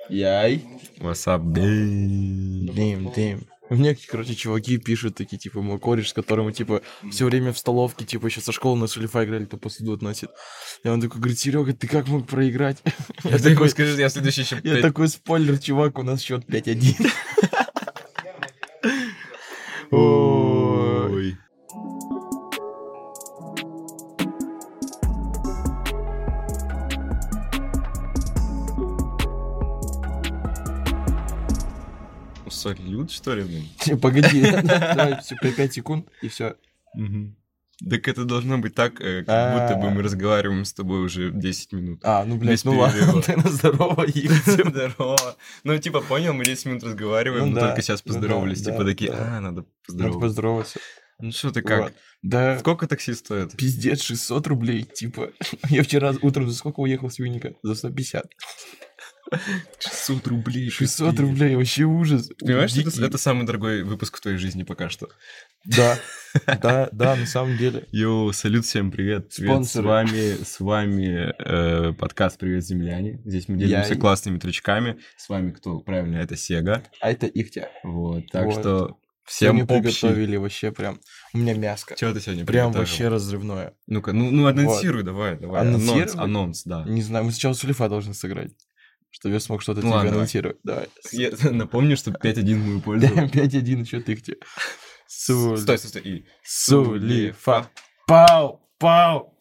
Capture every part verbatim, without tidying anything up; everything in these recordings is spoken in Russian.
Яй. What's up, damn? Damn, damn. Мне, короче, чуваки пишут такие, типа, мой кореш, с которым мы, типа, все время в столовке, типа, еще со школы на Сулифа играли, то посуду относит. И он такой говорит: Серега, ты как мог проиграть? Я такой, скажи, я следующий еще... Я такой: спойлер, чувак, у нас счет пять один. Ой. Салют, что ли, блин? Погоди, давай все пять секунд, и все. Так это должно быть так, как будто бы мы разговариваем с тобой уже десять минут. А, ну, блядь, ну ладно, ты на здорово, здорово. Ну, типа, понял, мы десять минут разговариваем, мы только сейчас поздоровались. Типа такие, а, надо поздороваться. Надо поздороваться. Ну, что ты как? Да. Сколько такси стоит? Пиздец, шестьсот рублей, типа. Я вчера утром за сколько уехал с Винника? За сто пятьдесят. шестьсот рублей. шестьсот рублей, вообще ужас. Понимаешь, это, это самый дорогой выпуск в твоей жизни пока что. Да, да, да, на самом деле. Йоу, салют, всем привет. Привет, с вами, с вами э, подкаст «Привет, земляне». Здесь мы делимся Я... классными трючками. С вами кто? Правильно, это Сега. А это Ихтя. Вот, так вот. Что всем мы общий... приготовили вообще прям... У меня мяско. Чего ты сегодня прям вообще разрывное. Ну-ка, ну, ну анонсируй, вот. давай, давай. Анонс, анонс, да. Не знаю, мы сначала Сулифа должны сыграть. Чтобы я смог что-то ну, тебе анонсировать. Давай. Я напомню, что пять один мы пользовались. пять один, что ты где? Суль... Стой, стой, стой. И... Сулифа. Пау, пау.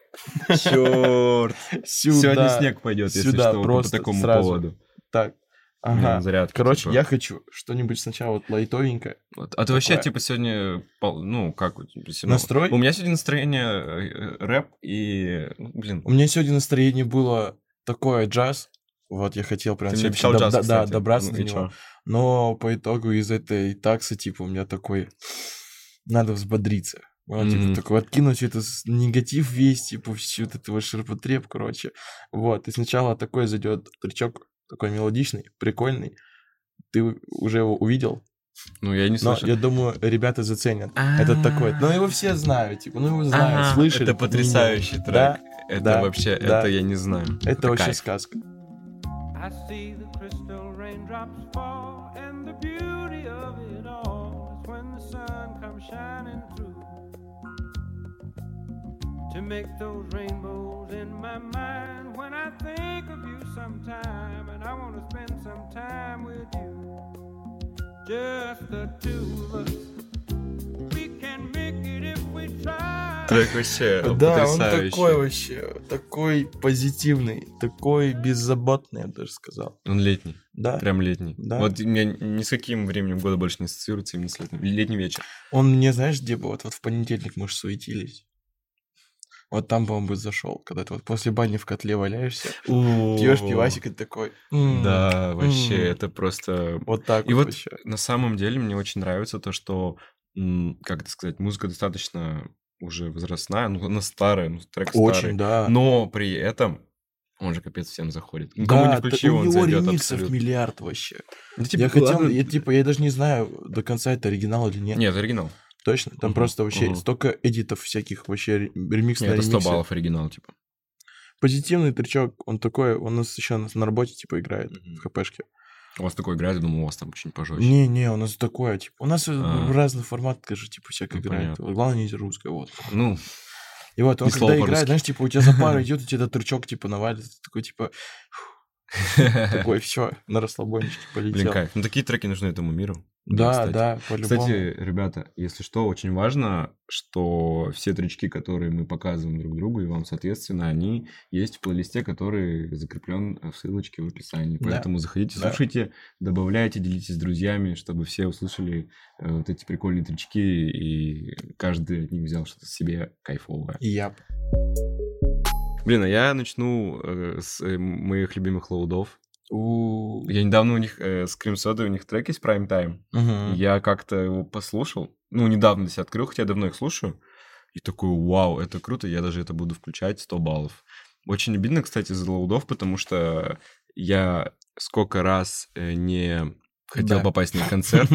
Чёрт. Сюда. Сегодня снег пойдет, если Сюда, что, просто по такому сразу. поводу. Так. Ага. Зарядка, Короче, типа. я хочу что-нибудь сначала вот лайтовенькое. Вот. А ты вообще, типа, сегодня, ну, как у тебя? Настрой? У меня сегодня настроение рэп и, блин. У меня сегодня настроение было такое джаз. Вот, я хотел прям... Ты мне обещал джаз, кстати. Да, добраться ну, до него. Но по итогу из этой таксы, типа, у меня такой... Надо взбодриться. Вот, mm-hmm. типа, такой откинуть этот негатив весь, типа, всю вот эту вот ширпотреб, короче. Вот, и сначала такой зайдет тречок, такой мелодичный, прикольный. Ты уже его увидел? Ну, я не слышал. Но я думаю, ребята заценят. Это такой... Ну, его все знают, типа, ну, его знают, слышали. Это потрясающий трек. Это вообще, это я не знаю. Это вообще сказка. I see the crystal raindrops fall, and the beauty of it all is when the sun comes shining through to make those rainbows in my mind when I think of you sometime, and I want to spend some time with you, just the two of us. We can make it if we try. Трек вообще да, потрясающий. Он такой вообще, такой позитивный, такой беззаботный, я бы даже сказал. Он летний. Да. Прям летний. Да. Вот у меня ни с каким временем года больше не ассоциируется именно с летним. Летний вечер. Он мне, знаешь, где был? Вот, вот в понедельник мы же суетились. Вот там, по-моему, бы зашел, когда ты вот после бани в котле валяешься, пьешь пивасик и такой. Да, вообще, это просто... Вот так и вот вот вообще. На самом деле мне очень нравится то, что, как это сказать, музыка достаточно уже возрастная, ну, она старая, ну, трек очень, старый. Да. Но при этом он же капец всем заходит. Ну, кому да, не включи, он у него зайдет ремиксов абсолютно. Миллиард вообще. Да, типа, я хотел, ладно. я, типа, я даже не знаю до конца, это оригинал или нет. Нет, оригинал. Точно? Там угу, просто вообще угу. столько эдитов всяких, вообще ремикс Нет, на это ремиксе. сто баллов оригинал, типа. Позитивный тречок, он такой, он у нас еще на работе, типа, играет угу. в ХПшке. У вас такой играет, я думал, у вас там очень пожестче. Не-не, у нас такое, типа, у нас А. разный формат, даже, типа, всяко Ну, играет. понятно. Главное, не русское, вот. Ну, и вот он и когда слово играет, по-русски. знаешь, типа, у тебя за пару идет, у тебя этот трючок, типа, навалится, такой, типа, такой, все, на расслабончике полетел. Блин, кайф. Ну, такие треки нужны этому миру. Да, кстати. да, по-любому. Кстати, ребята, если что, очень важно, что все тречки, которые мы показываем друг другу, и вам, соответственно, они есть в плейлисте, который закреплен в ссылочке в описании. Да. Поэтому заходите, Да. слушайте, добавляйте, делитесь с друзьями, чтобы все услышали э, вот эти прикольные тречки, и каждый от них взял что-то себе кайфовое. И я. Блин, а я начну э, с э, моих любимых лоудов. У. Я недавно у них, э, с Cream Soda, у них трек есть Prime Time. Мгм. Я как-то его послушал. Ну, недавно для себя открыл, хотя я давно их слушаю. И такой, вау, это круто, я даже это буду включать, сто баллов. Очень обидно, кстати, за лоудов, потому что я сколько раз э, не хотел Да. попасть на концерт,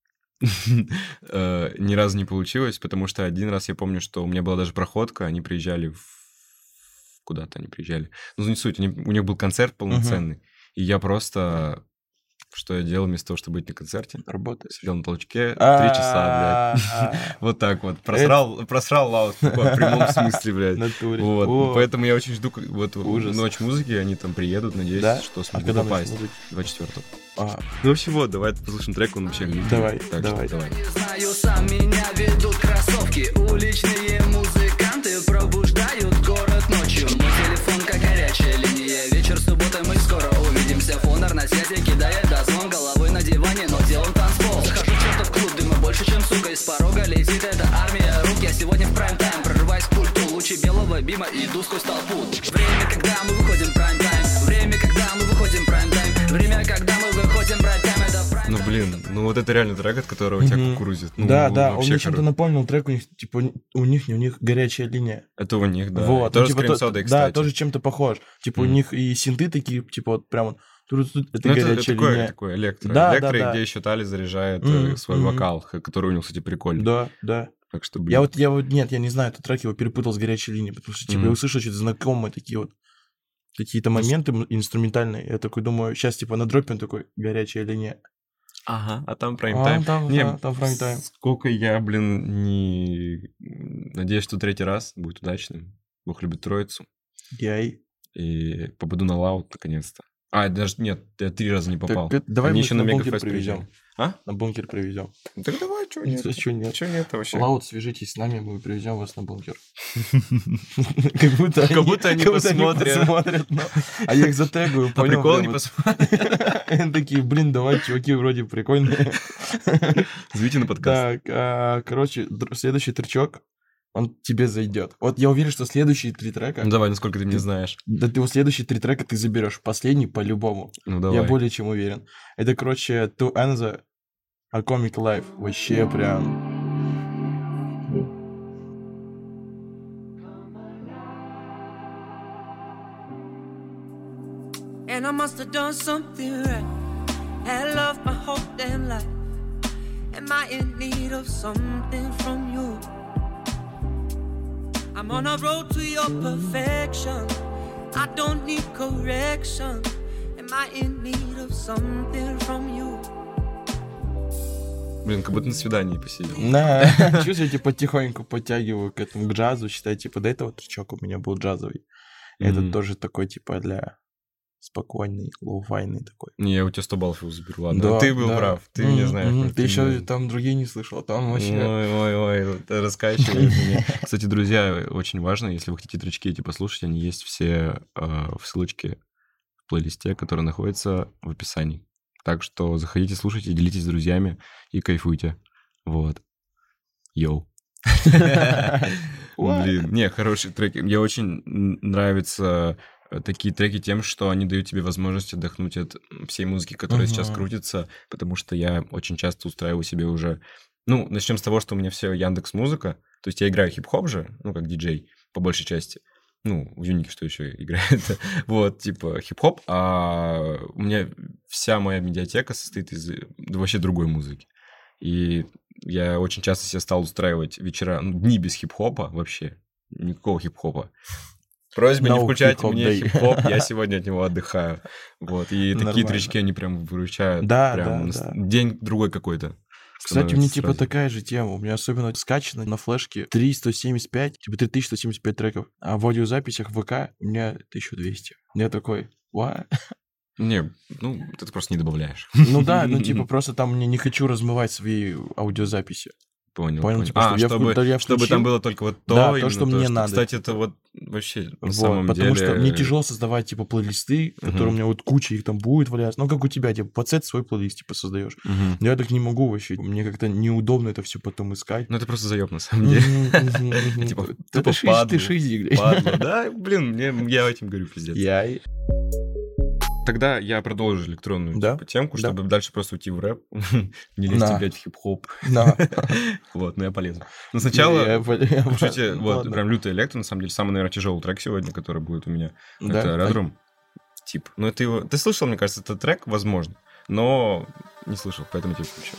э, ни разу не получилось, потому что один раз я помню, что у меня была даже проходка, они приезжали в... Куда-то они приезжали. Ну, не суть, они- у них был концерт полноценный. И я просто... Что я делал вместо того, чтобы быть на концерте? Работаешь. Сидел на толчке три часа, блядь. Вот так вот. Просрал, просрал лаут в прямом смысле, блядь. Натуре. Вот. Поэтому я очень жду вот ночь музыки, они там приедут, надеюсь, что смогу попасть. двадцать четвёртого. Ну вообще вот, давай послушаем трек, он вообще глупый. Давай, так давай. Что, давай. Знаю, сам меня ведут кроссовки. Уличные музыканты пробуждают город ночью. Мой телефон как горячая линия. Вечер субботы, мы скоро увидимся. Фонар на связи кидает дозвон. Головой на диване, но где он танцпол? Захожу в чертов клуб, дыма больше, чем сука. Из порога летит эта армия рук. Я сегодня в прайм-тайм, прорываюсь к пульту. Лучи белого бима, иду сквозь толпу. Время, когда мы выходим в прайм-тайм. Время, когда мы выходим в прайм-тайм. Время, когда мы выходим в прайм-тайм. Это прайм-тайм. Ну блин, ну вот это реально трек, от которого тебя Мгм. кукурузит. Ну, Да, да, он вообще мне чем-то хоро- напомнил трек, у них, типа, у них, не у них горячая линия. Это у них, да. Вот, Тоже ну, типа, с то- крем-содой, да, кстати. тоже чем-то похож. Типа, у Мгм. них и синты такие, типа, вот прям вот, тут-тут, это Ну, это, это горячая такое, линия. такое электро. Да, электро, да, и да. где еще Тали заряжает э, Мгм, свой мгм. вокал, х- который у него, кстати, прикольный. Да, да. Так что, блин. Я вот, я вот, нет, я не знаю, этот трек его перепутал с горячей линией, потому что, типа, Мгм. я услышал что-то знакомые такие вот какие-то моменты м- инструментальные. Я такой думаю, сейчас, типа, на дропе он такой, горячая линия. Ага, а там А, прайм-тайм. там, Не, да, там прайм-тайм. сколько я, блин, не... Надеюсь, что третий раз будет удачным. Бог любит троицу. Я и... И попаду на лаут, наконец-то. А, даже нет, я три раза не попал. Так, это- давай Они мы еще их на на бункер Мегафест привезем. приезжали. А? На бункер привезем. Так давай, что нет? Чё нет? Чё нет вообще? Лаут, свяжитесь с нами, мы привезем вас на бункер. Как будто Как будто они посмотрят. посмотрят, но- А я их затегаю, А понял? прикол прям не вот. посмотрят. Они такие, блин, давай, чуваки, вроде прикольные. Зовите на подкаст. Так, а, короче, др- следующий тречок, он тебе зайдет. Вот я уверен, что следующие три трека, Ну давай, насколько ты меня знаешь. да ты вот следующие три трека ты заберешь, последний по-любому. Ну давай. Я более чем уверен. Это, короче, To Enza, A Comic Life. Вообще прям... And I must have done something right. Had love my whole damn life. Am I in need of something from you? I'm on a road to your perfection. I don't need correction. Am I in need of something from you? Блин, как будто на свидании посидел. На, чувствуете, потихоньку подтягиваю к этому, к джазу. Считай, типа, до этого тречок у меня был джазовый. Этот Мгм. тоже такой, типа, для спокойный, лоу-файный такой. Не, я у тебя сто баллов его заберу, ладно. Да, Ты был да. прав, ты М, меня знаешь. м, может, Ты еще меня- там другие не слышал, там вообще... Ой, ой, ой, это раскачивает меня. Кстати, друзья, очень важно, если вы хотите тречки эти послушать, они есть все э, в ссылочке в плейлисте, который находится в описании. Так что заходите, слушайте, делитесь с друзьями и кайфуйте. Вот. Йоу. Блин, не, хорошие треки. Мне очень н- нравятся э, такие треки тем, что они дают тебе возможность отдохнуть от всей музыки, которая Мгм. сейчас крутится, потому что я очень часто устраиваю себе уже... Ну, начнем с того, что у меня все Яндекс Музыка, то есть я играю хип-хоп же, ну, как диджей, по большей части. Ну, в Юнике что еще играет? Вот, типа хип-хоп, а у меня вся моя медиатека состоит из э, вообще другой музыки. И я очень часто себе стал устраивать вечера, ну, дни без хип-хопа вообще. Никакого хип-хопа. Просьба не No включать hip-hop мне day. хип-хоп, я сегодня от него отдыхаю. Вот, и такие Нормально. тречки, они прям выручают. Да, прям да, нас- да. День другой какой-то. Кстати, у меня становится типа сразу. такая же тема. У меня особенно скачано на флешке три сто семьдесят пять, типа три тысячи сто семьдесят пять треков. А в аудиозаписях ВК у меня тысяча двести. Я такой, ва. Не, ну, ты просто не добавляешь. Ну да, ну типа просто там мне не хочу размывать свои аудиозаписи. Понял, Понял, понял. типа, А, что я чтобы, вклю- я чтобы включил. там было только вот то, Да, то, именно что мне надо, Кстати, типа. это вот вообще на Вот, самом потому деле... что мне тяжело создавать, типа, плейлисты, которые Мгм. у меня вот куча их там будет валяться. Ну, как у тебя, типа, под сет свой плейлист, типа, создаешь. Мгм. Я так не могу вообще. Мне как-то неудобно это все потом искать. Ну, это просто заеб на самом деле. Мгм, мгм, мгм. Типа, Ты тупо шизи, падлу. ты шизи, блядь. Падла. Да, блин, мне, я этим говорю, пиздец. Я и- Тогда я продолжу электронную Да, типа, темку, да. чтобы дальше просто уйти в рэп. Не лезть На. опять в хип-хоп. Да. Вот, но я полезу. Но сначала... Я- я- Слушайте, вот, Ладно. прям лютый электро, на самом деле, самый, наверное, тяжелый трек сегодня, который будет у меня. Да? Это Red Room. Тип. Ну, ты его... Ты слышал, мне кажется, этот трек, возможно, но не слышал, поэтому тебе включу.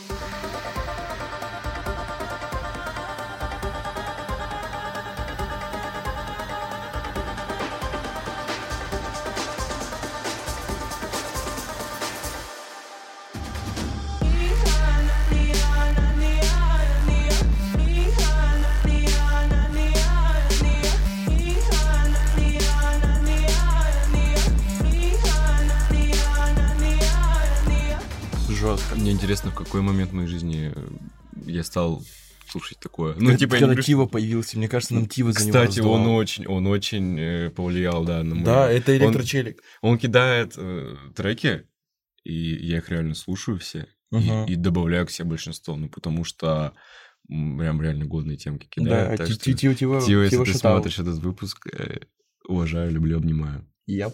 жестко. Мне интересно, в какой момент в моей жизни я стал слушать такое. Ну, Когда, типа, я когда не говорю, Тива появился, мне кажется, нам Тива за него кстати, он раздавал. очень, он очень э, повлиял, да, на мой... Да, это Он- электрочелик. Он кидает э, треки, и я их реально слушаю все, и- Мгм. и, добавляю к себе большинство, ну, потому что м, прям реально годные темки Да, кидает. так Ти- что, Ти- Тива, Тива, Тива, если Тива ты шатал. смотришь этот выпуск, э, уважаю, люблю, обнимаю. Яп.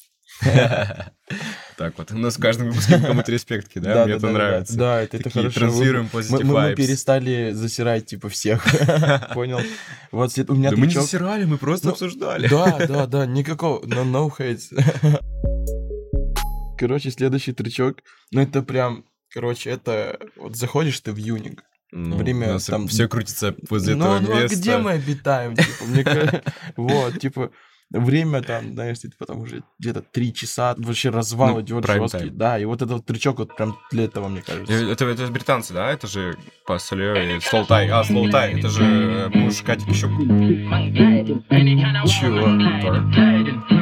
Так вот, у нас в каждом выпуске кому-то респект кидаем, мне это нравится. Да, это, это Такие хорошо. транслируем Мы- positive мы, мы vibes. перестали засирать, типа, всех. Понял? Вот след- у меня Да мы не тречок- засирали, мы просто Ну, обсуждали. Да, да, да, никакого, no, no hate. Короче, следующий тречок, ну это прям, короче, это, вот заходишь ты в Юник, Ну, время у нас там- все крутится возле ну, этого ну, а места. где мы обитаем, типа, мне кажется, вот, типа, время там, знаешь, типа, там уже где-то три часа, вообще развал Ну, идет prime жесткий, time. да, и вот этот вот тречок вот прям для этого, мне кажется. Э, Это, это британцы, да? Это же по Соле, Слоутай. А, Слоутай, это же э, муж Катик еще. Чего?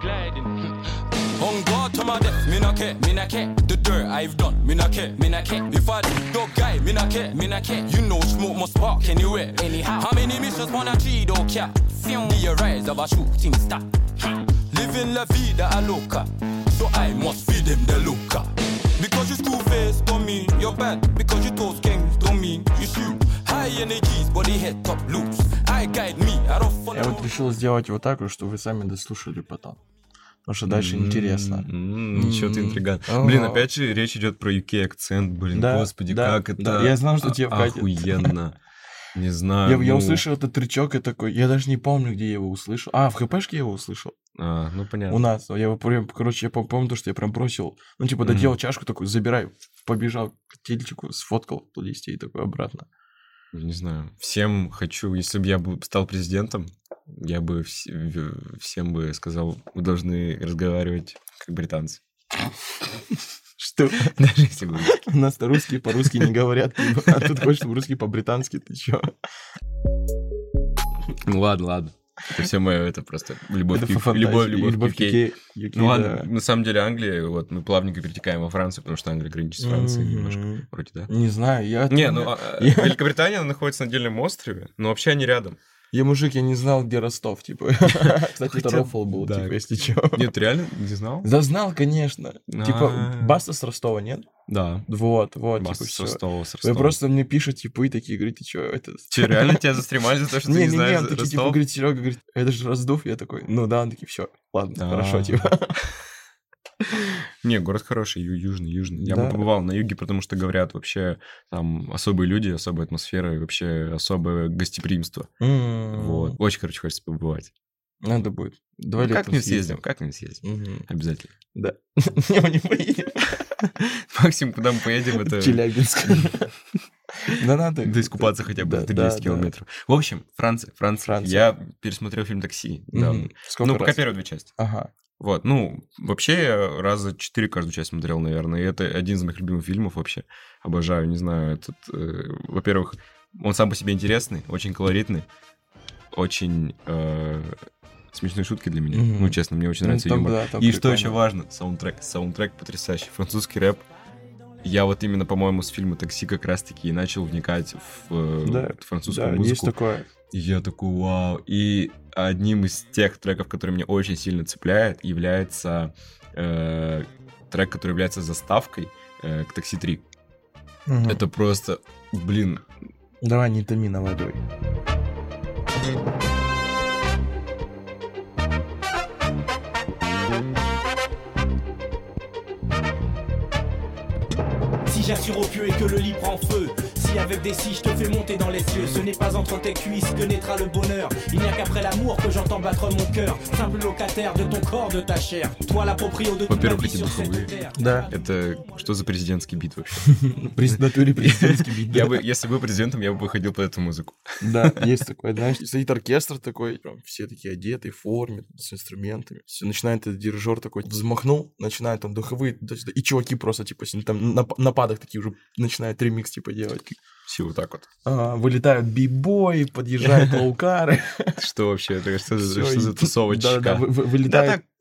On guard to my death, me not care, me not care. The dirt I've done, me not care, me not care. If I dog guy, me not care, me not care. You know smoke must spark anywhere, anyhow. How many missions wanna achieve, don't care. Be a rise of a shooting star. Living la vida a loca, so I must feed them the loca. Because you school face don't mean you're bad. Because you toast gangs don't mean you shoot. High energies, body head top loose. I guide me, I don't follow. Я вот решил сделать вот так, вот, что вы сами дослушали потом, потому что дальше интересно. М, Ничего ты М. интриган. Ага. Блин, опять же, речь идет про ю кей акцент, блин, Да, господи, да, как это да. Я знал, что тебе вкатит. охуенно. Не знаю. Я, я ну, услышал этот тречок и такой, я даже не помню, где я его услышал. А, в ХПшке я его услышал. а, ну, понятно. У нас. Я его прям, короче, я пом- помню то, что я прям бросил. Ну, типа, Мгм. доделал чашку, такой, забирай. Побежал к тельчику, сфоткал туда и такой обратно. Не знаю. Всем хочу, если бы я бы стал президентом, я бы вс- в- всем бы сказал, вы должны разговаривать как британцы. Что? Даже если вы русские. У нас-то русские по-русски не говорят. типа, А тут хочешь, чтобы русские по-британски, ты чё? Ну ладно, ладно. Это все мое, это просто любовь, Это к- фантазия. любовь, И любовь, любовь к к ю кей. UK, ю кей, Ну ладно, да. на самом деле Англия, вот мы плавненько перетекаем во Францию, потому что Англия граничит с Францией немножко, Мгм. вроде, да? Не знаю, я... Не, ну а, а, Я- Великобритания она находится на отдельном острове, но вообще они рядом. Я мужик, я не знал, где Ростов, типа. Кстати, это Хотя- рофл был, да. типа, если чё. Нет, ты реально не знал? Да знал, конечно. Типа, А. Баста с Ростова, нет? Да. Вот, вот, Баста типа, с всё. Ростова, с Вы Ростова. просто мне пишут, типа, и такие, говорите, что это... Че, реально тебя застремали за то, что ты не Не-не-не, знаешь он такие, типа, Ростов? говорит, Серега, говорит, это же Ростов, я такой, ну да, он такие, все, ладно, А. хорошо, типа. Не, город хороший, ю- южный, южный. Я Да. бы побывал на юге, потому что говорят вообще там особые люди, особая атмосфера и вообще особое гостеприимство. Вот. Очень, короче, хочется побывать. Надо будет. Два лета Как-нибудь съездим, как-нибудь съездим. Мгм. Обязательно. Да. Не, мы не поедем. Максимум, куда мы поедем, это... В Челябинск. Да надо. Да искупаться хотя бы Да, за да, двести да. километров. В общем, Франция, Франция. Франция. Я пересмотрел фильм «Такси». Да. Мгм. Сколько Ну, пока раз? первые две части. Ага. Вот, ну, вообще я раза четыре каждую часть смотрел, наверное, и это один из моих любимых фильмов вообще. Обожаю, не знаю, этот... э, во-первых, он сам по себе интересный, очень колоритный, очень э, смешные шутки для меня. Мгм. Ну, честно, мне очень Ну, нравится там, юмор. да, там И что прикольно. еще важно, саундтрек. Саундтрек потрясающий, французский рэп. Я вот именно, по-моему, с фильма «Такси» как раз-таки и начал вникать в э, Да, французскую Да, музыку. есть такое. И я такой, вау. И одним из тех треков, который меня очень сильно цепляет, является э, трек, который является заставкой э, к «Такси три». Мгм. Это просто, блин, Давай, не томи на водой. Si j'assure au pieu et que le lit prend feu, si avec des si je te fais monter dans les cieux, ce n'est pas entre tes cuisses que naîtra le bonheur. Il n'y a qu'après l'amour que j'entends battre mon cœur, simple locataire de ton corps, de ta chair. Toi la proprio de toute ma Во-первых, vie эти sur духовые. cette terre. Да. это что за президентский бит вообще? При натуре президентский бит. Я бы, если бы был президентом, я бы ходил под эту музыку. Да, есть такое, знаешь, стоит оркестр такой, прям все такие одеты, в форме, с инструментами. Все, начинает этот дирижер такой, взмахнул, начинает там духовые, туда-сюда, и чуваки просто, типа, с ним там на, на падах такие уже начинают ремикс, типа, делать. Все вот так вот. А, вылетают бибои, подъезжают лоукары. Что вообще? Это что, за- Всё, что за и- тусовочка? Да-да, вы- вы- Да вылетают так,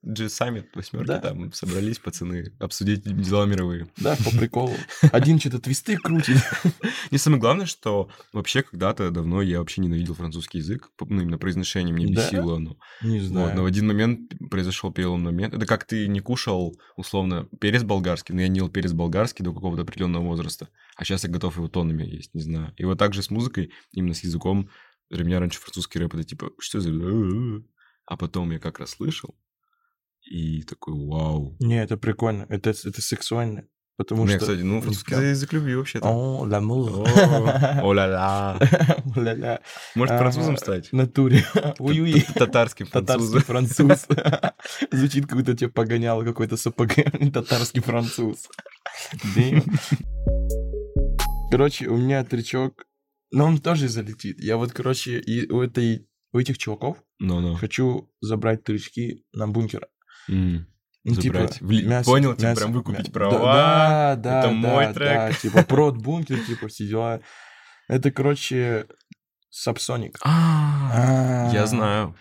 G-Summit, восьмерки, Да. там собрались пацаны обсудить дела мировые. Да, по приколу. Один что-то твисты крутит. И самое главное, что вообще когда-то давно я вообще ненавидел французский язык, по- ну, именно произношение мне Да? бесило оно. Не Вот, знаю. но в один момент произошел переломный момент. Это как ты не кушал, условно, перец болгарский, но я не ел перец болгарский до какого-то определенного возраста. А сейчас я готов его тоннами есть, не знаю. И вот так же с музыкой, именно с языком. Для меня раньше французский рэп это типа, что за... А потом я как раз слышал, и такой, вау. Не, это прикольно. Это, это сексуально. Потому У меня, что... кстати, ну, не французский прям- язык любви вообще-то. О, l'amour. О, о-ля-ля. Ля-ля. Может, А, французом стать? В натуре. Уй-уй. Татарским Татарский французом. француз. Звучит, как будто тебе погонял какой-то сапог. Татарский француз. Damn. Короче, у меня тречок, но он тоже залетит. Я вот, короче, и у этой, у этих чуваков Ну-ну. хочу забрать тречки на бункера. М. Ну, Забрать. типа, Вли- мясо- Понял, типа, мясо- прям выкупить мя- права. Да, да, это да, мой да, трек. да, типа, прод бункер, типа, все дела. Это, короче, Сабсоник. А, А. Я знаю.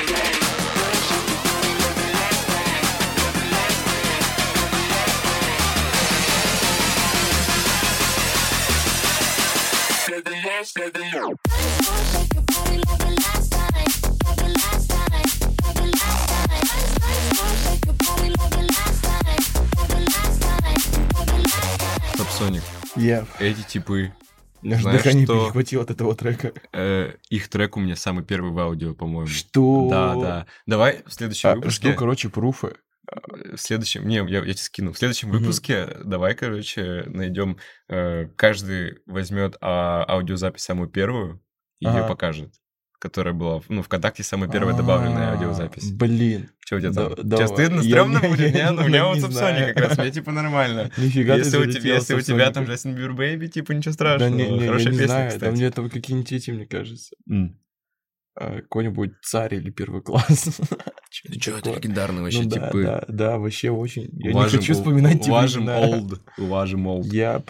Сабсоник. Я. Эти типы, Аж Знаешь, дыхание что- перехватило от этого трека. э, их трек у меня самый первый в аудио, по-моему. Что? Да, да. Давай в следующем А, выпуске... жду, короче, пруфы. В следующем, не, я, я тебе скину. В следующем Мгм. выпуске давай, короче, найдем. э, каждый возьмет а, аудиозапись самую первую и ее Ага. покажет, которая была, в- ну, ВКонтакте самая первая добавленная А, аудиозапись. Блин. Что у тебя Да- там? Тебе давай. стыдно, Я стрёмно не- будет? я Нет, у меня не вот Сабсоник знаю. как раз, мне типа нормально. Нифига Если ты у тебя, залетел если у тебя Сабсоником. там Джастин Бибер Бэйби, типа ничего Да страшного. не, не, я Хорошая не песня, знаю, кстати. там где-то какие-нибудь эти, мне кажется. М. А, Какой-нибудь царь или первый класс. Ты чё, это такое. легендарные вообще Ну да, типы. да, да, вообще очень. Я не Уважим хочу ол- вспоминать те Уважим времена. олд. Уважим олд. Яп.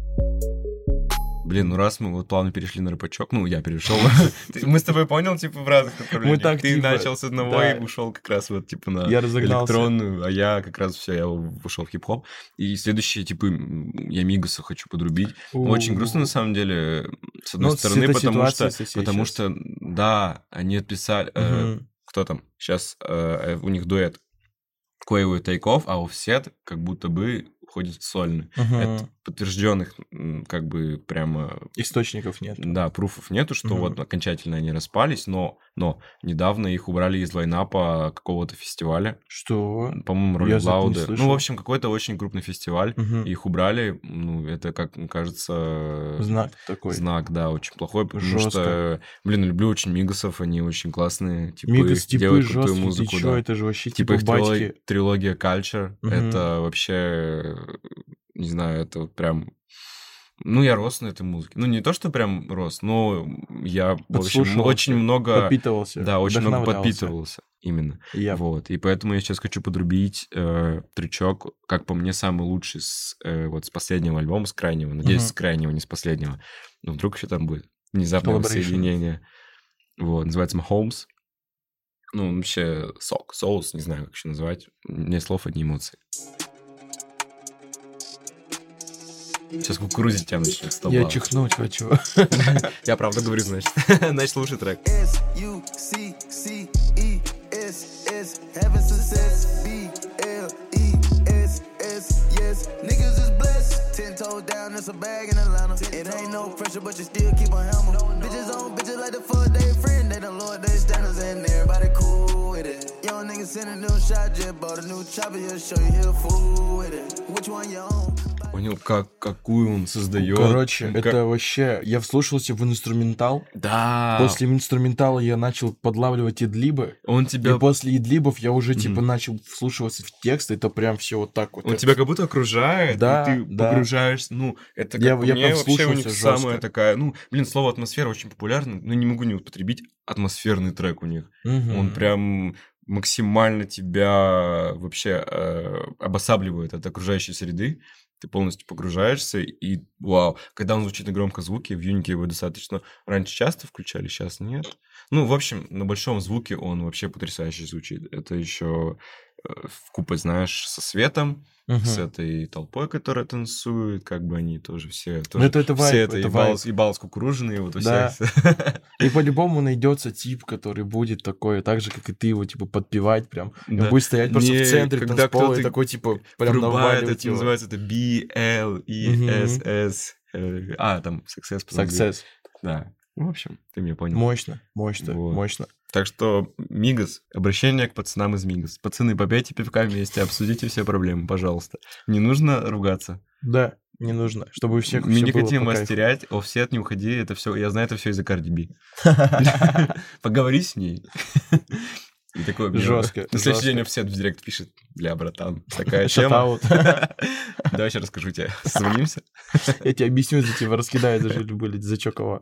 Блин, ну раз мы вот плавно перешли на рэпачок, ну, я перешел. Ты- Мы с тобой понял, типа, в разных направлениях. так, Ты типа, начал с одного да. и ушел как раз вот, типа, на Я разогнался. электронную, а я как раз все, я ушел в хип-хоп. И следующие, типа, м, я Мигаса хочу подрубить. Очень грустно, на самом деле, с одной Ну, с стороны, этой потому ситуацией что, со всей потому щас. что, да, они отписали... э, Мгм. Кто там? Сейчас у них дуэт Quavo и Take-Off, а Offset как будто бы уходит в сольный. Мгм. Это подтвержденных, м, как бы, прямо Источников нет. да, пруфов нету, что Мгм. вот окончательно они распались, но, но недавно их убрали из лайнапа какого-то фестиваля, Что? по-моему, Я за это не Роллауды. слышал. Ну, в общем, какой-то очень крупный фестиваль, Мгм. их убрали, ну, это, как мне кажется, Знак такой. знак, да, очень плохой, потому Жёстко. что, блин, люблю очень Мигасов, они очень классные, типы, Мигас типы делают крутую жесткие, музыку, ты чё, да. это же вообще Типа типа их трилог- батьки. трилогия Culture, Мгм. это вообще, не знаю, это вот прям... Ну, я рос на этой музыке. Ну, не то, что прям рос, но я, в общем, Подслушивался, очень много... Подпитывался. Да, очень много вдохновлялся. подпитывался. Именно. Я. Вот. И поэтому я сейчас хочу подрубить э, трючок, как по мне, самый лучший с, э, вот, с последнего альбома, с крайнего. Надеюсь, Мгм. с крайнего, не с последнего. Но вдруг еще там будет внезапное Collaboration. воссоединение. Вот. Называется Homes. Ну, вообще, сок, соус, не знаю, как еще назвать. Не слов, одни эмоции. Сейчас кукурузить тебя начнет с Я чихнуть хочу. Я правда говорю, значит. Значит, слушай трек. S U C C E S S having success. B L E S S yes niggas is blessed. Ten toes down, it's a bag in Atlanta. It ain't no pressure, but you still keep a hammer. Bitches on bitches like the fuck they friend. They don't lower their standards and everybody cool with it. Young niggas send a new shot, just bought a new chopper. He'll show you he'll fool with it. Which one you own? Понял, как, какую он создает. Короче, Как- это вообще... Я вслушался в инструментал. Да. После инструментала я начал подлавливать идлибы. Он тебя... И после идлибов я уже, типа, Мгм. начал вслушиваться в текст. Это прям все вот так вот. Он Это- тебя как будто окружает, Да, и ты да. погружаешься. Ну, это как Я- по я мне прям вообще у них вслушался самая жестко. такая... Ну, блин, слово атмосфера очень популярно, но не могу не употребить атмосферный трек у них. Мгм. Он прям максимально тебя вообще э, обосабливает от окружающей среды. Ты полностью погружаешься, и вау. Когда он звучит на громком звуке, в Юнике его достаточно раньше часто включали, сейчас нет. Ну, в общем, на большом звуке он вообще потрясающе звучит. Это еще вкупе, знаешь, со светом, Мгм. с этой толпой, которая танцует, как бы они тоже все... Ну, Тоже, это, это все вайп, это это ебалось, вайп. ебалось кукурузные, вот у Да. всех. И по-любому найдется тип, который будет такой, так же, как и ты, его, типа, подпевать прям. И он Да. будет стоять просто Не, в центре когда танцпола и кто-то такой, типа, прям Врубает, наваливать это его. называется это би эл и эс эс. э, А, там Success. по-моему, Success. Да. Ну, в общем, ты меня понял. Мощно, мощно, Вот. мощно. Так что, Мигос, обращение к пацанам из Мигос. Пацаны, попейте пивка вместе, обсудите все проблемы, пожалуйста. Не нужно ругаться. Да, не нужно, чтобы у всех Мы всё не было хотим по вас кайфу. терять. Офсет, не уходи, это все. Я знаю, это все из-за Карди Би. Поговори с ней. И такой, бля, Жёстко, на следующий день жёстко. Офсет в директ пишет: бля, братан, такая тема. Шатаут. Давай сейчас расскажу тебе. Созвонимся. Я тебе объясню, за тебя раскидаю даже были, за чё кого.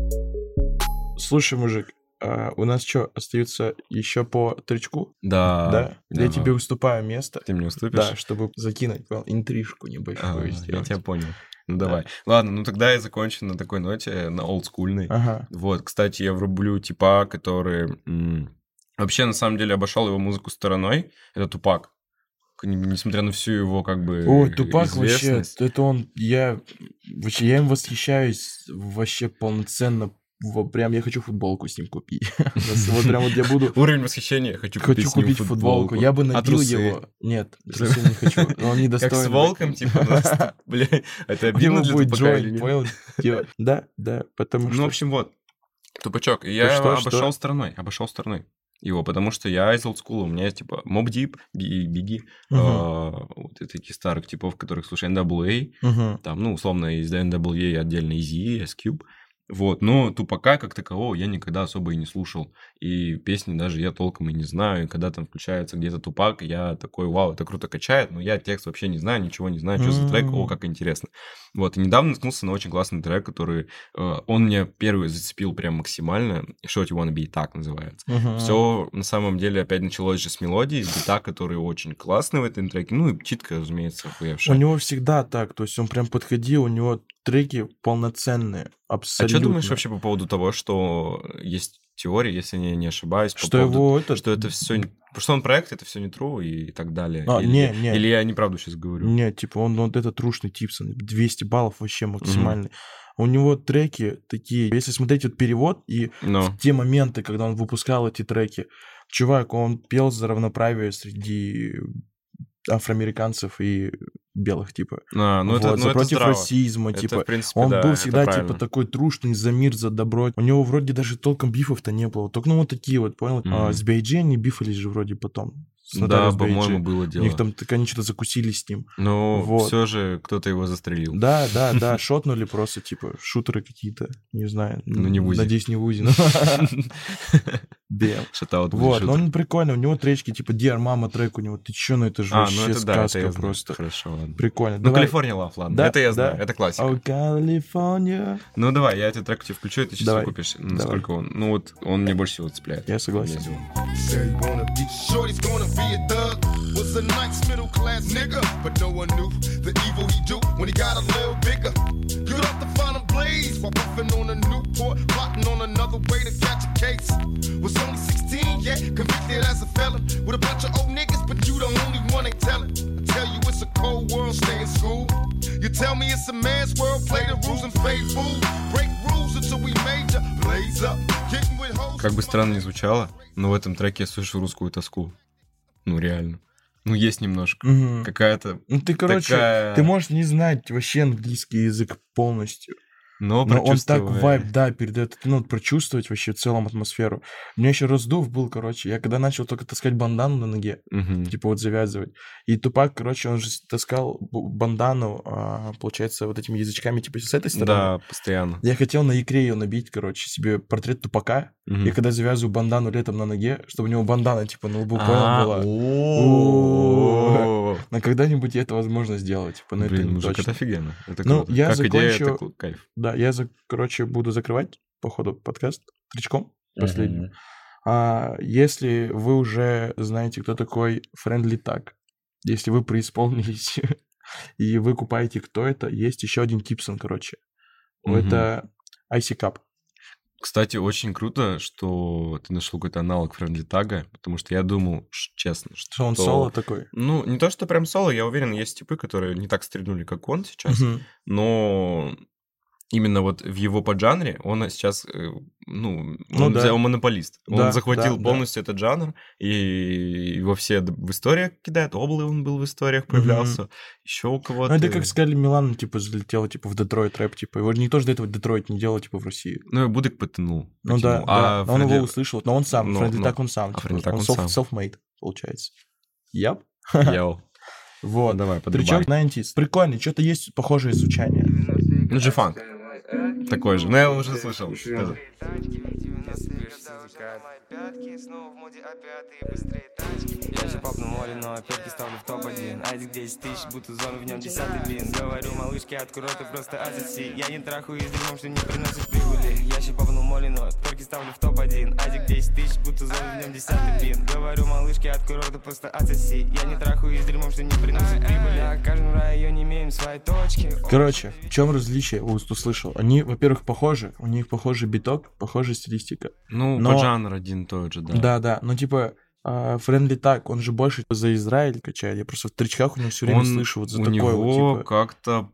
Слушай, мужик, а у нас что, остаются еще по тречку? Да. Да? Я давай. тебе уступаю место. Ты мне уступишь? Да, чтобы закинуть понял, интрижку А, небольшую я сделать. тебя понял. Ну давай. Ладно, ну тогда я закончу на такой ноте, на олдскульной. Ага. Вот, кстати, я врублю типа, который м, вообще на самом деле обошел его музыку стороной. Это Тупак. К- не- Несмотря на всю его как бы Ой, Тупак вообще, известность. это он, я, вообще, я им восхищаюсь вообще полноценно. Во- Прям я хочу футболку с ним купить. Вот прям вот я буду... Уровень восхищения. Хочу купить, Хочу с ним купить футболку. Я бы А набил трусы? его. Нет, трусы не хочу. Но он не Как достоин. с волком, типа, просто, бля, это У обидно него для будет Тупака или джойнт, нет? понял? Типа, Да, да, потому Ну, в что... общем, вот. Тупачок. И я что, его что? обошел стороной. Обошел стороной его, потому что я из олдскула. У меня есть, типа, Mobb Deep, Бигги, Мгм. вот и таких старых типов, которых, слушай, эн дабл ю эй, Мгм. там, ну, условно, из эн дабл ю эй отдельно Eazy-E, Ice-Cube. Вот, но Тупака как такового я никогда особо и не слушал. И песни даже я толком и не знаю. И когда там включается где-то Тупак, я такой, вау, это круто качает, но я текст вообще не знаю, ничего не знаю, что за трек, о, как интересно. Вот, и недавно наткнулся на очень классный трек, который, э, он меня первый зацепил прям максимально. Short You Wanna Be, так называется. Мгм. Все на самом деле опять началось же с мелодии, с бита, который очень классный в этом треке. Ну и читка, разумеется, У охуевшая. него всегда так, то есть он прям подходил, у него треки полноценные, А абсолютно. что думаешь вообще по поводу того, что есть теория, если я не ошибаюсь, по Что поводу, его это... что это все, что он проект, это все не true и так далее. А, или, не, не. или я неправду сейчас говорю. Нет, типа он вот этот трушный Типсон, двести баллов вообще максимальный. У него треки такие, если смотреть вот перевод и Но в те моменты, когда он выпускал эти треки, чувак, он пел за равноправие среди афроамериканцев и белых, типа. а, ну вот, это, ну за это против здраво. расизма, Это, типа. в принципе, Он да, был это всегда, типа, правильно. такой трушный, за мир, за добро. У него вроде даже толком бифов-то не было. Только, ну, вот такие вот, понял? А, Мгм. с би ай джи они бифались же вроде потом. С Да, Notorious би ай джи. по-моему, было У дело. них там, так они что-то закусили с ним. Но вот. все же кто-то его застрелил. Да, да, да, шотнули просто, типа, шутеры какие-то, не знаю. Ну, не в УЗИ. Надеюсь, не в УЗИ. Damn. Шатаут Вот, но он прикольный, у него тречки, типа, Dear Mama трек у него, ты чё, ну это же А, ну вообще это да, это сказка я знаю. просто. Хорошо, ладно. Прикольно. Ну, Давай. Калифорния Лав, ладно. Да, Это я знаю, да. это классика. Oh, California. Ну давай, я этот трек тебе включу, и ты сейчас Давай. купишь. Насколько он. Ну вот он мне больше всего цепляет. Я согласен. Внизу. Say you wanna be shorty's gonna be a thug. Was a nice middle class nigga, but no one knew the evil he do when he got a little bigger. Good off the final blaze while puffing on a Newport, plotting on another way to catch a case. Was only sixteen, yeah, convicted as a felon with a bunch of old niggas, but you the only one they tellin'. I tell you it's a cold world, stay in school. You tell me it's a man's world, play the rules and fade fool. Break rules until we major, blaze up, kicking with hoes. Как бы странно ни звучало, но в этом треке я слышу русскую тоску. Ну реально. Ну есть немножко. Мгм. Какая-то Ну ты, короче, такая... ты можешь не знать вообще английский язык полностью. Но, Но он так прочувствовая- вайб, да, передает, ну, прочувствовать вообще в целом атмосферу. У меня еще раздув был, короче, я когда начал только таскать бандану на ноге, Мгм. типа вот завязывать, и Тупак, короче, он же таскал б- бандану, а, получается, вот этими язычками, типа с этой стороны. Да, постоянно. Я хотел на икре ее набить, короче, себе портрет Тупака, Мгм. и когда завязываю бандану летом на ноге, чтобы у него бандана, типа, на лбу, А, понял, была. о-о-о. Но когда-нибудь я это возможно сделать, типа, но это Блин, не мужик, точно. это офигенно. Это Ну, круто. я Как идея, закончу- это ку- кайф. Да, я, за, короче, буду закрывать, походу, подкаст тречком последним. Мгм. А, если вы уже знаете, кто такой Friendly Tag, если вы преисполнились и вы купаете, кто это, есть еще один Типсон, короче. Мгм. Это Icy Cup. Кстати, очень круто, что ты нашел какой-то аналог Friendly Tag, потому что я думал, ш- честно, что... Что он соло такой? Ну, не то, что прям соло, я уверен, есть типы, которые не так стрельнули, как он сейчас, Мгм. но именно вот в его поджанре он сейчас, э, ну, Ну он, да. за- он монополист. Он Да, захватил да, да. полностью этот жанр, и его все д- в историях кидают. Облы он был в историях, появлялся. Еще у Ну, кого-то... это как сказали, Милан, типа, залетел, типа, в Детройт рэп, типа, его никто же до этого Детройт не делал, типа, в России. Ну, и Будек потянул. Ну да, потянул. да, А но он его Фредди- услышал, но он сам, Ну, Фредди ну, так он сам, а типа, Фредди так он он self- сам. self-made, получается. Яп. Йоу. Вот. Давай, подрубай. Трючок девяностых. Прикольный, что-то есть похожее звучание. Ну, G-Funk. Такой же. Ну, я его уже слышал. Тоже. Я же попну море, но опять ставлю в топ один. Айдик десять тысяч, будто зону в нем десятый блин. Говорю, малышки, открой, ты просто азиси. Я не трахаю из дерьмом, что не приносит прибыли. Я же попну море, но перки ставлю в топ один. Айдик десять тысяч, будто зону в нем десятый блин. Говорю, малышки, открой, ты просто азиси. Я не трахаю из дерьмом, что не приносит прибыли. На каждом районе имеем свои точки. Короче, в чем различие, вот услышал? Они, во-первых, похожи, у них похожий биток, похожая стилистика. Ну, Но- под жанр один и тот же, да. Да, да, ну типа а, Friendly Tag, он же больше за Израиль качает. Я просто в тречках у него все время Он- слышу вот за у такое него вот, типа. как-то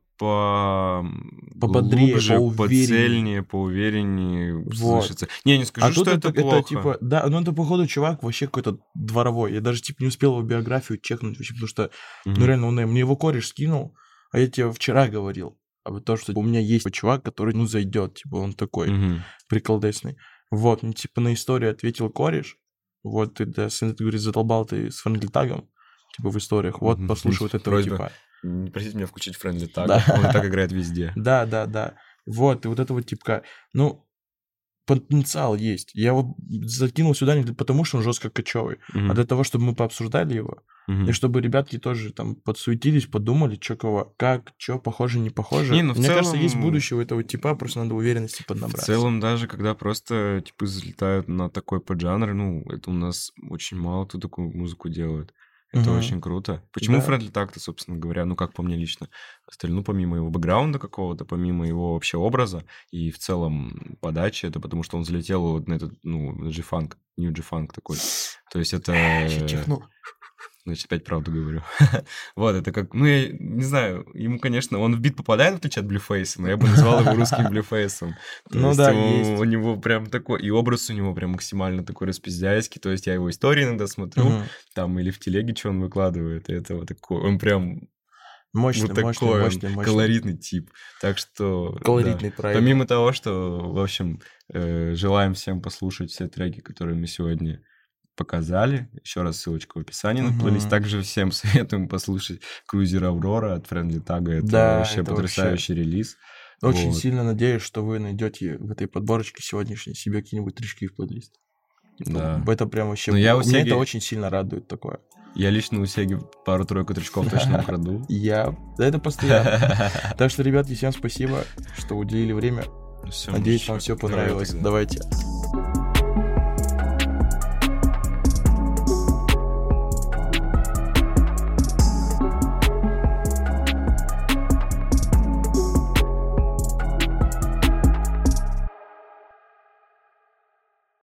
по Пободрее, глубже, поувереннее. поцельнее, поувереннее Вот. слышится. Не, не скажу, А что тут это, это, плохо. это типа, да, ну это походу чувак вообще какой-то дворовой. Я даже типа не успел его биографию чекнуть вообще, потому что, Мгм. ну реально, он, мне его кореш скинул, а я тебе вчера говорил об том, что у меня есть чувак, который, ну, зайдет, типа, он такой Мгм. приколдесный. Вот, мне типа на историю ответил кореш, вот, ты, да, сын, ты, говорит, задолбал ты с Friendly Tag'ом, типа, в историях, вот, Мгм. послушай вот этого Просьба. типа. Не просите меня включить Friendly Tag. Да. Он и так играет везде. Да, да, да. Вот, и вот это вот типка. Ну, потенциал есть. Я его закинул сюда не для- потому, что он жестко кочевый, Мгм. а для того, чтобы мы пообсуждали его. Мгм. И чтобы ребятки тоже там подсуетились, подумали, что кого, как, что похоже, не похоже. Не, ну в Мне кажется, целом- есть будущее у этого типа, просто надо уверенности В поднабраться. целом, даже когда просто типа залетают на такой поджанр, ну, это у нас очень мало кто такую музыку делает. Это Мгм. очень круто. Почему Да. Friendly Tag-то, собственно говоря, ну, как по мне лично, остальное, ну, помимо его бэкграунда какого-то, помимо его вообще образа и в целом подачи, это потому что он залетел вот на этот, ну, G-Funk, New G-Funk такой. То есть это... Я чихнул. Значит, опять правду говорю. Вот, это как, ну, я не знаю, ему, конечно, он в бит попадает, в отличие от Блюфейса, но я бы назвал его русским Блюфейсом. То Ну есть да, у- есть. У него прям такой, и образ у него прям максимально такой распиздяйский, то есть я его истории иногда смотрю, Мгм. там, или в телеге, что он выкладывает, и это вот такой, он прям Мощный, вот такой, мощный, он мощный, мощный. колоритный тип. Так что... да. Колоритный проект. Помимо того, что, в общем, э, желаем всем послушать все треки, которые мы сегодня показали. Еще раз ссылочка в описании на Мгм. плейлист. Также всем советуем послушать Cruiser Aurora от Friendly Tag. Это Да, вообще это потрясающий релиз. Очень Вот. сильно надеюсь, что вы найдете в этой подборочке сегодняшней себе какие-нибудь тречки в плейлист. Типа, Да. Это прям вообще... Но я у Меня Сеги- это очень сильно радует такое. Я лично у Сеги пару-тройку тречков точно украду. Я... Да это постоянно. Так что, ребятки, всем спасибо, что уделили время. Всё, Надеюсь, всё, вам все давай понравилось. тогда. Давайте.